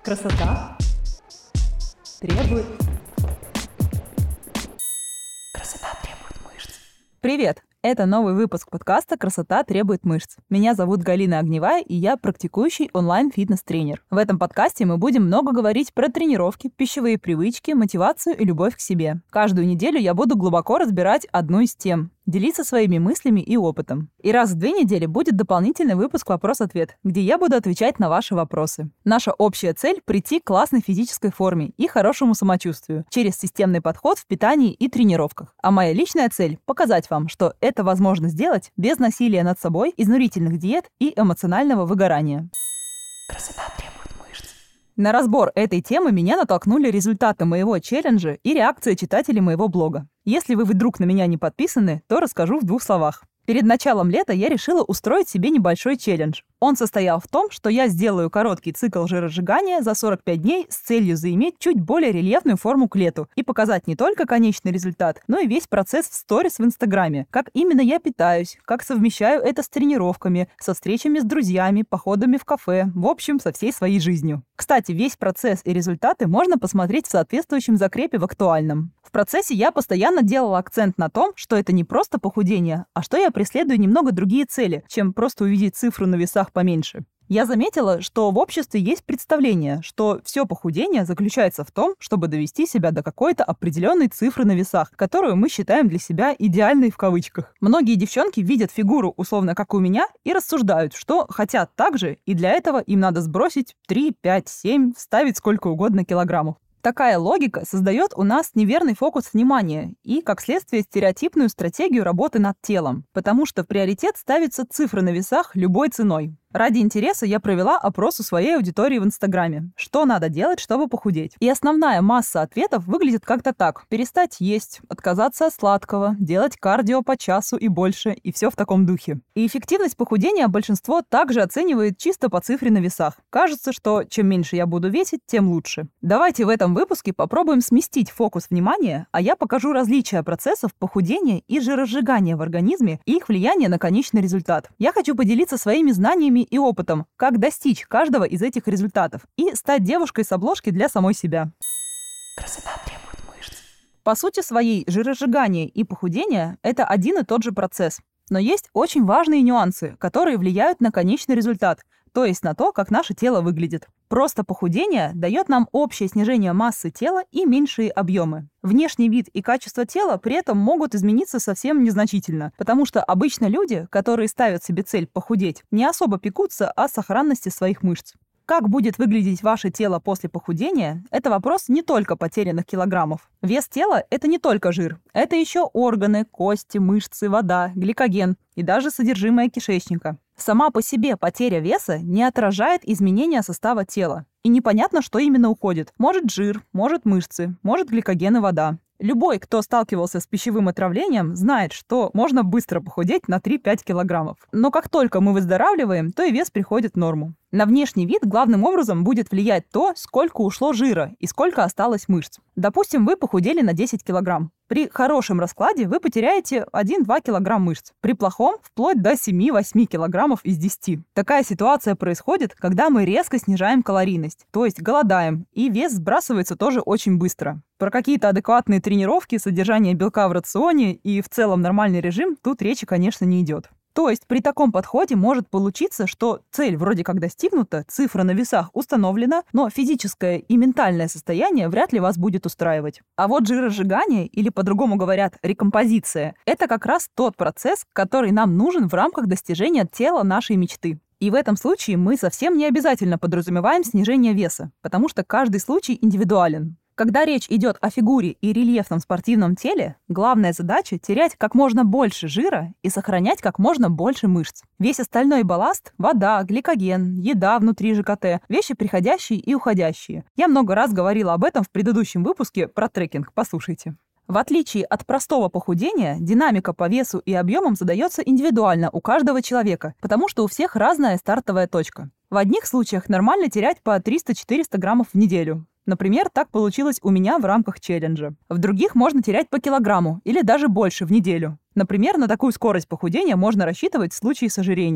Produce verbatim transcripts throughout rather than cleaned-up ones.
Красота требует... Красота требует мышц. Привет! Это новый выпуск подкаста «Красота требует мышц». Меня зовут Галина Огневая, и я практикующий онлайн-фитнес-тренер. В этом подкасте мы будем много говорить про тренировки, пищевые привычки, мотивацию и любовь к себе. Каждую неделю я буду глубоко разбирать одну из тем, делиться своими мыслями и опытом. И раз в две недели будет дополнительный выпуск «Вопрос-ответ», где я буду отвечать на ваши вопросы. Наша общая цель — прийти к классной физической форме и хорошему самочувствию через системный подход в питании и тренировках. А моя личная цель — показать вам, что это возможно сделать без насилия над собой, изнурительных диет и эмоционального выгорания. Красота требует мышц. На разбор этой темы меня натолкнули результаты моего челленджа и реакция читателей моего блога. Если вы вдруг на меня не подписаны, то расскажу в двух словах. Перед началом лета я решила устроить себе небольшой челлендж. Он состоял в том, что я сделаю короткий цикл жиросжигания за сорок пять дней с целью заиметь чуть более рельефную форму к лету и показать не только конечный результат, но и весь процесс в сторис в Инстаграме. Как именно я питаюсь, как совмещаю это с тренировками, со встречами с друзьями, походами в кафе, в общем, со всей своей жизнью. Кстати, весь процесс и результаты можно посмотреть в соответствующем закрепе в актуальном. В процессе я постоянно делала акцент на том, что это не просто похудение, а что я преследую немного другие цели, чем просто увидеть цифру на весах поменьше. Я заметила, что в обществе есть представление, что все похудение заключается в том, чтобы довести себя до какой-то определенной цифры на весах, которую мы считаем для себя идеальной в кавычках. Многие девчонки видят фигуру условно как у меня и рассуждают, что хотят так же, и для этого им надо сбросить три, пять, семь, вставить сколько угодно килограммов. Такая логика создает у нас неверный фокус внимания и, как следствие, стереотипную стратегию работы над телом, потому что в приоритет ставится цифры на весах любой ценой. Ради интереса я провела опрос у своей аудитории в Инстаграме. Что надо делать, чтобы похудеть? И основная масса ответов выглядит как-то так. Перестать есть, отказаться от сладкого, делать кардио по часу и больше, и все в таком духе. И эффективность похудения большинство также оценивает чисто по цифре на весах. Кажется, что чем меньше я буду весить, тем лучше. Давайте в этом выпуске попробуем сместить фокус внимания, а я покажу различия процессов похудения и жиросжигания в организме и их влияние на конечный результат. Я хочу поделиться своими знаниями и опытом, как достичь каждого из этих результатов и стать девушкой с обложки для самой себя. Красота требует мышц. По сути своей, жиросжигание и похудение – это один и тот же процесс. Но есть очень важные нюансы, которые влияют на конечный результат, то есть на то, как наше тело выглядит. Просто похудение дает нам общее снижение массы тела и меньшие объемы. Внешний вид и качество тела при этом могут измениться совсем незначительно, потому что обычно люди, которые ставят себе цель похудеть, не особо пекутся о сохранности своих мышц. Как будет выглядеть ваше тело после похудения – это вопрос не только потерянных килограммов. Вес тела – это не только жир. Это еще органы, кости, мышцы, вода, гликоген и даже содержимое кишечника. Сама по себе потеря веса не отражает изменения состава тела. И непонятно, что именно уходит. Может жир, может мышцы, может гликоген и вода. Любой, кто сталкивался с пищевым отравлением, знает, что можно быстро похудеть на три-пять килограммов. Но как только мы выздоравливаем, то и вес приходит в норму. На внешний вид главным образом будет влиять то, сколько ушло жира и сколько осталось мышц. Допустим, вы похудели на десять килограмм. При хорошем раскладе вы потеряете один-два килограмма мышц. При плохом – вплоть до семь-восемь килограммов из десяти. Такая ситуация происходит, когда мы резко снижаем калорийность, то есть голодаем, и вес сбрасывается тоже очень быстро. Про какие-то адекватные тренировки, содержание белка в рационе и в целом нормальный режим тут речи, конечно, не идет. То есть при таком подходе может получиться, что цель вроде как достигнута, цифра на весах установлена, но физическое и ментальное состояние вряд ли вас будет устраивать. А вот жиросжигание, или по-другому говорят рекомпозиция, это как раз тот процесс, который нам нужен в рамках достижения тела нашей мечты. И в этом случае мы совсем не обязательно подразумеваем снижение веса, потому что каждый случай индивидуален. Когда речь идет о фигуре и рельефном спортивном теле, главная задача — терять как можно больше жира и сохранять как можно больше мышц. Весь остальной балласт — вода, гликоген, еда внутри ЖКТ — вещи приходящие и уходящие. Я много раз говорила об этом в предыдущем выпуске про трекинг, послушайте. В отличие от простого похудения, динамика по весу и объемам задается индивидуально у каждого человека, потому что у всех разная стартовая точка. В одних случаях нормально терять по триста-четыреста граммов в неделю. Например, так получилось у меня в рамках челленджа. В других можно терять по килограмму или даже больше в неделю. Например, на такую скорость похудения можно рассчитывать в случае с ожирением.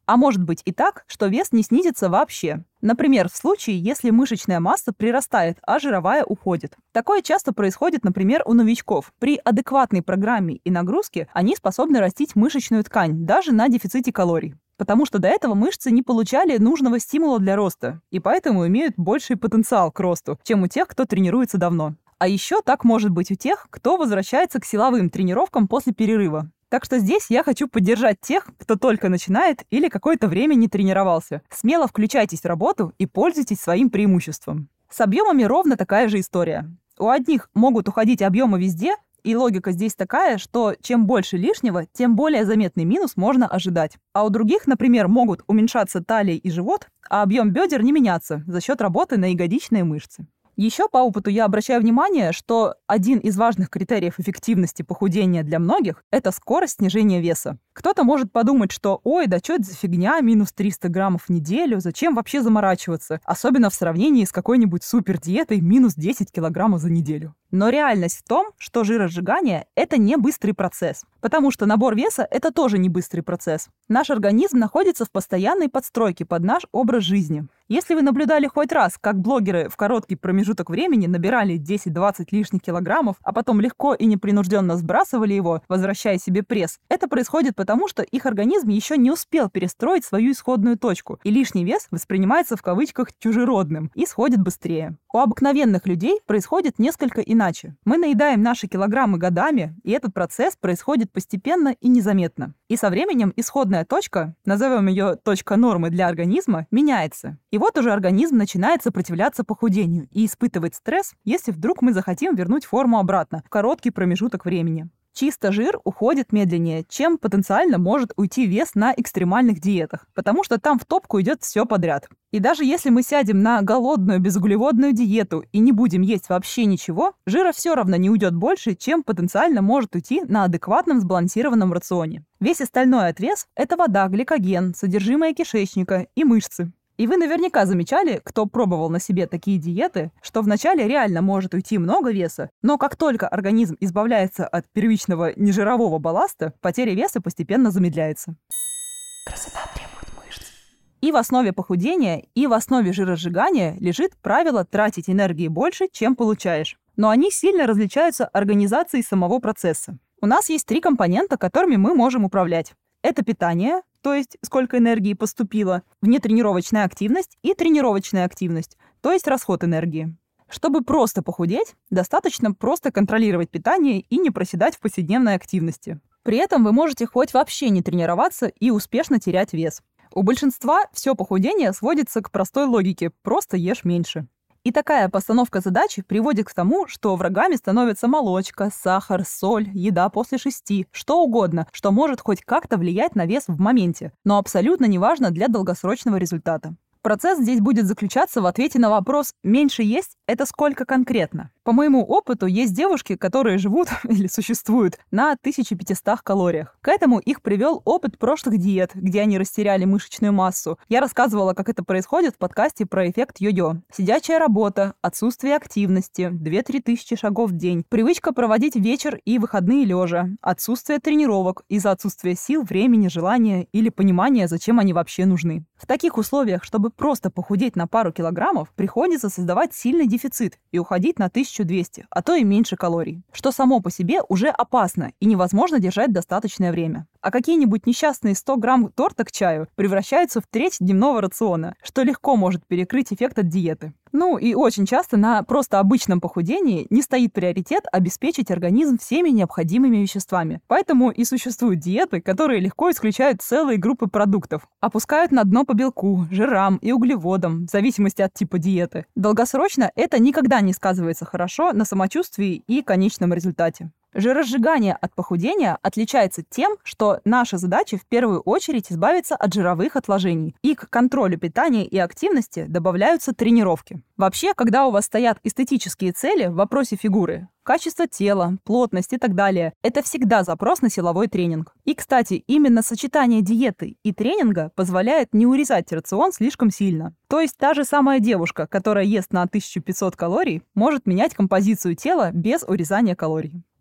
А может быть и так, что вес не снизится вообще. Например, в случае, если мышечная масса прирастает, а жировая уходит. Такое часто происходит, например, у новичков. При адекватной программе и нагрузке они способны растить мышечную ткань, даже на дефиците калорий. Потому что до этого мышцы не получали нужного стимула для роста, и поэтому имеют больший потенциал к росту, чем у тех, кто тренируется давно. А еще так может быть у тех, кто возвращается к силовым тренировкам после перерыва. Так что здесь я хочу поддержать тех, кто только начинает или какое-то время не тренировался. Смело включайтесь в работу и пользуйтесь своим преимуществом. С объемами ровно такая же история. У одних могут уходить объемы везде, и логика здесь такая, что чем больше лишнего, тем более заметный минус можно ожидать. А у других, например, могут уменьшаться талия и живот, а объем бедер не меняться за счет работы на ягодичные мышцы. Еще по опыту я обращаю внимание, что один из важных критериев эффективности похудения для многих – это скорость снижения веса. Кто-то может подумать, что «Ой, да что это за фигня, минус триста граммов в неделю, зачем вообще заморачиваться?» Особенно в сравнении с какой-нибудь супердиетой минус десять килограммов за неделю. Но реальность в том, что жиросжигание – это не быстрый процесс. Потому что набор веса – это тоже не быстрый процесс. Наш организм находится в постоянной подстройке под наш образ жизни. Если вы наблюдали хоть раз, как блогеры в короткий промежуток времени набирали десять-двадцать лишних килограммов, а потом легко и непринужденно сбрасывали его, возвращая себе пресс, это происходит потому, что их организм еще не успел перестроить свою исходную точку, и лишний вес воспринимается в кавычках «чужеродным» и сходит быстрее. У обыкновенных людей происходит несколько иначе. Мы наедаем наши килограммы годами, и этот процесс происходит постепенно и незаметно. И со временем исходная точка, назовем ее точка нормы для организма, меняется. И вот уже организм начинает сопротивляться похудению и испытывать стресс, если вдруг мы захотим вернуть форму обратно в короткий промежуток времени. Чисто жир уходит медленнее, чем потенциально может уйти вес на экстремальных диетах, потому что там в топку идет все подряд. И даже если мы сядем на голодную безуглеводную диету и не будем есть вообще ничего, жира все равно не уйдет больше, чем потенциально может уйти на адекватном сбалансированном рационе. Весь остальной отвес – это вода, гликоген, содержимое кишечника и мышцы. И вы наверняка замечали, кто пробовал на себе такие диеты, что вначале реально может уйти много веса, но как только организм избавляется от первичного нежирового балласта, потеря веса постепенно замедляется. Красота требует мышц. И в основе похудения, и в основе жиросжигания лежит правило тратить энергии больше, чем получаешь. Но они сильно различаются организацией самого процесса. У нас есть три компонента, которыми мы можем управлять. Это питание, то есть сколько энергии поступило, внетренировочная активность и тренировочная активность, то есть расход энергии. Чтобы просто похудеть, достаточно просто контролировать питание и не проседать в повседневной активности. При этом вы можете хоть вообще не тренироваться и успешно терять вес. У большинства все похудение сводится к простой логике – просто ешь меньше. И такая постановка задачи приводит к тому, что врагами становятся молочка, сахар, соль, еда после шести, что угодно, что может хоть как-то влиять на вес в моменте, но абсолютно неважно для долгосрочного результата. Процесс здесь будет заключаться в ответе на вопрос «меньше есть – это сколько конкретно?». По моему опыту, есть девушки, которые живут или существуют на тысяча пятьсот калориях. К этому их привел опыт прошлых диет, где они растеряли мышечную массу. Я рассказывала, как это происходит в подкасте про эффект йо-йо. Сидячая работа, отсутствие активности, две-три тысячи шагов в день, привычка проводить вечер и выходные лежа, отсутствие тренировок из-за отсутствия сил, времени, желания или понимания, зачем они вообще нужны. В таких условиях, чтобы просто похудеть на пару килограммов, приходится создавать сильный дефицит и уходить на тысячу двести, а то и меньше калорий, что само по себе уже опасно и невозможно держать достаточное время. А какие-нибудь несчастные сто грамм торта к чаю превращаются в треть дневного рациона, что легко может перекрыть эффект от диеты. Ну и очень часто на просто обычном похудении не стоит приоритет обеспечить организм всеми необходимыми веществами. Поэтому и существуют диеты, которые легко исключают целые группы продуктов, опускают на дно по белку, жирам и углеводам, в зависимости от типа диеты. Долгосрочно это никогда не сказывается хорошо на самочувствии и конечном результате. Жиросжигание от похудения отличается тем, что наша задача в первую очередь избавиться от жировых отложений, и к контролю питания и активности добавляются тренировки. Вообще, когда у вас стоят эстетические цели в вопросе фигуры, качество тела, плотность и так далее, это всегда запрос на силовой тренинг. И, кстати, именно сочетание диеты и тренинга позволяет не урезать рацион слишком сильно. То есть та же самая девушка, которая ест на тысячу пятьсот калорий, может менять композицию тела без урезания калорий.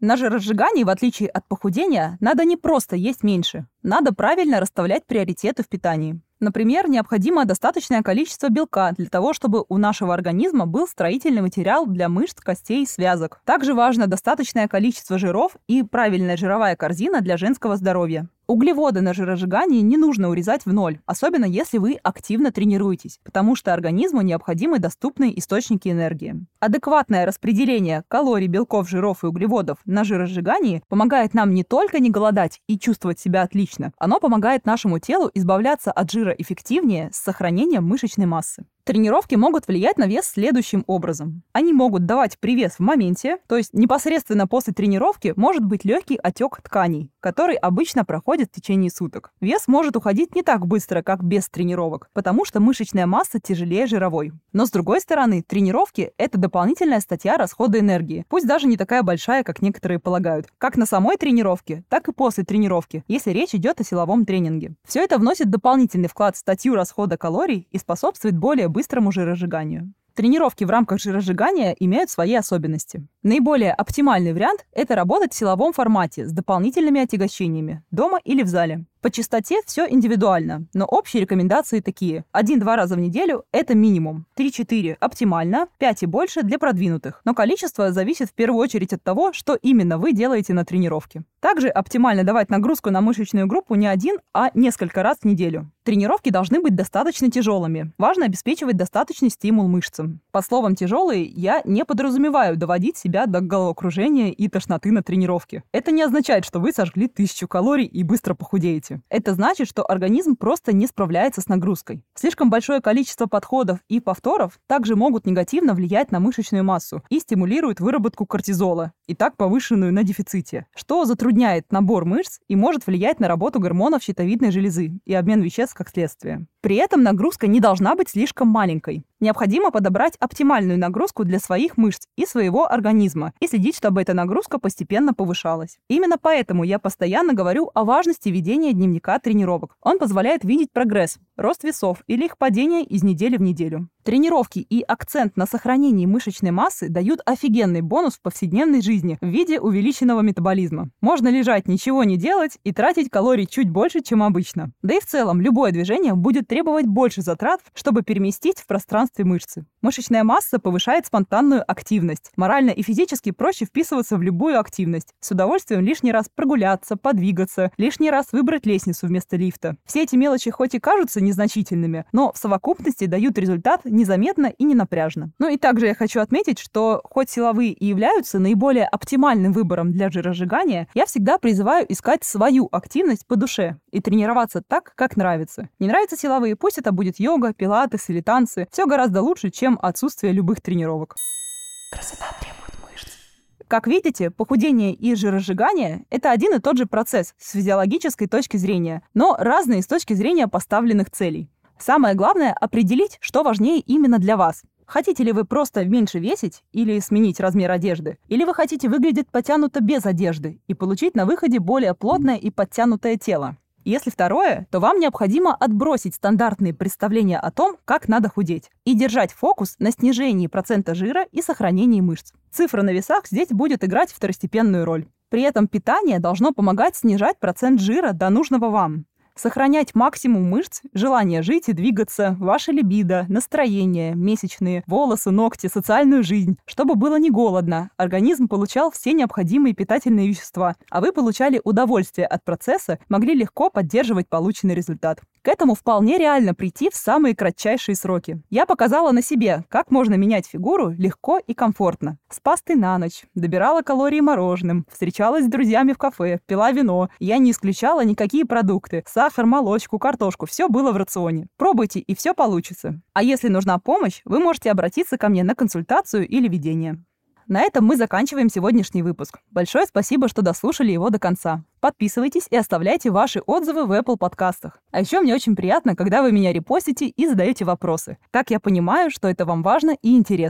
На жиросжигании, в отличие от похудения, надо не просто есть меньше. Надо правильно расставлять приоритеты в питании. Например, необходимо достаточное количество белка для того, чтобы у нашего организма был строительный материал для мышц, костей и связок. Также важно достаточное количество жиров и правильная жировая корзина для женского здоровья. Углеводы на жиросжигании не нужно урезать в ноль, особенно если вы активно тренируетесь, потому что организму необходимы доступные источники энергии. Адекватное распределение калорий, белков, жиров и углеводов на жиросжигании помогает нам не только не голодать и чувствовать себя отлично, оно помогает нашему телу избавляться от жира эффективнее с сохранением мышечной массы. Тренировки могут влиять на вес следующим образом. Они могут давать привес в моменте, то есть непосредственно после тренировки может быть легкий отек тканей, который обычно проходит в течение суток. Вес может уходить не так быстро, как без тренировок, потому что мышечная масса тяжелее жировой. Но с другой стороны, тренировки – это дополнительная статья расхода энергии, пусть даже не такая большая, как некоторые полагают, как на самой тренировке, так и после тренировки, если речь идет о силовом тренинге. Все это вносит дополнительный вклад в статью расхода калорий и способствует более быстрому жиросжиганию. Тренировки в рамках жиросжигания имеют свои особенности. Наиболее оптимальный вариант – это работать в силовом формате с дополнительными отягощениями, дома или в зале. По частоте все индивидуально, но общие рекомендации такие. один-два раза в неделю – это минимум. три-четыре – оптимально, пять и больше для продвинутых. Но количество зависит в первую очередь от того, что именно вы делаете на тренировке. Также оптимально давать нагрузку на мышечную группу не один, а несколько раз в неделю. Тренировки должны быть достаточно тяжелыми. Важно обеспечивать достаточный стимул мышцам. Под словом «тяжелые» я не подразумеваю доводить себя до головокружения и тошноты на тренировке. Это не означает, что вы сожгли тысячу калорий и быстро похудеете. Это значит, что организм просто не справляется с нагрузкой. Слишком большое количество подходов и повторов также могут негативно влиять на мышечную массу и стимулируют выработку кортизола, и так повышенную на дефиците, что затрудняет набор мышц и может влиять на работу гормонов щитовидной железы и обмен веществ как следствие. При этом нагрузка не должна быть слишком маленькой. Необходимо подобрать оптимальную нагрузку для своих мышц и своего организма и следить, чтобы эта нагрузка постепенно повышалась. Именно поэтому я постоянно говорю о важности ведения дневника тренировок. Он позволяет видеть прогресс, рост весов или их падение из недели в неделю. Тренировки и акцент на сохранении мышечной массы дают офигенный бонус в повседневной жизни в виде увеличенного метаболизма. Можно лежать, ничего не делать и тратить калорий чуть больше, чем обычно. Да и в целом любое движение будет требовать больше затрат, чтобы переместить в пространстве мышцы. Мышечная масса повышает спонтанную активность. Морально и физически проще вписываться в любую активность. С удовольствием лишний раз прогуляться, подвигаться, лишний раз выбрать лестницу вместо лифта. Все эти мелочи хоть и кажутся незначительными, но в совокупности дают результат незаметно и не напряжно. Ну и также я хочу отметить, что хоть силовые и являются наиболее оптимальным выбором для жиросжигания, я всегда призываю искать свою активность по душе и тренироваться так, как нравится. Не нравятся силовые, пусть это будет йога, пилатес или танцы. Все гораздо лучше, чем отсутствие любых тренировок. Красота требует мышц. Как видите, похудение и жиросжигание – это один и тот же процесс с физиологической точки зрения, но разные с точки зрения поставленных целей. Самое главное – определить, что важнее именно для вас. Хотите ли вы просто меньше весить или сменить размер одежды? Или вы хотите выглядеть подтянуто без одежды и получить на выходе более плотное и подтянутое тело? Если второе, то вам необходимо отбросить стандартные представления о том, как надо худеть, и держать фокус на снижении процента жира и сохранении мышц. Цифра на весах здесь будет играть второстепенную роль. При этом питание должно помогать снижать процент жира до нужного вам. Сохранять максимум мышц, желание жить и двигаться, ваше либидо, настроение, месячные, волосы, ногти, социальную жизнь, чтобы было не голодно, организм получал все необходимые питательные вещества, а вы получали удовольствие от процесса, могли легко поддерживать полученный результат. К этому вполне реально прийти в самые кратчайшие сроки. Я показала на себе, как можно менять фигуру легко и комфортно. С пастой на ночь, добирала калории мороженым, встречалась с друзьями в кафе, пила вино. Я не исключала никакие продукты. Сахар, молочку, картошку. Все было в рационе. Пробуйте, и все получится. А если нужна помощь, вы можете обратиться ко мне на консультацию или ведение. На этом мы заканчиваем сегодняшний выпуск. Большое спасибо, что дослушали его до конца. Подписывайтесь и оставляйте ваши отзывы в Apple подкастах. А еще мне очень приятно, когда вы меня репостите и задаете вопросы. Так я понимаю, что это вам важно и интересно.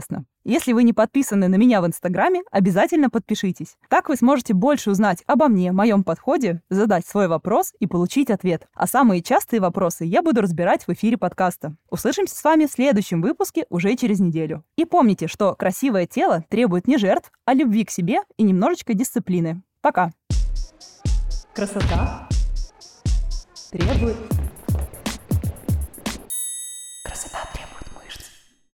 Если вы не подписаны на меня в Инстаграме, обязательно подпишитесь. Так вы сможете больше узнать обо мне, моем подходе, задать свой вопрос и получить ответ. А самые частые вопросы я буду разбирать в эфире подкаста. Услышимся с вами в следующем выпуске уже через неделю. И помните, что красивое тело требует не жертв, а любви к себе и немножечко дисциплины. Пока! Красота требует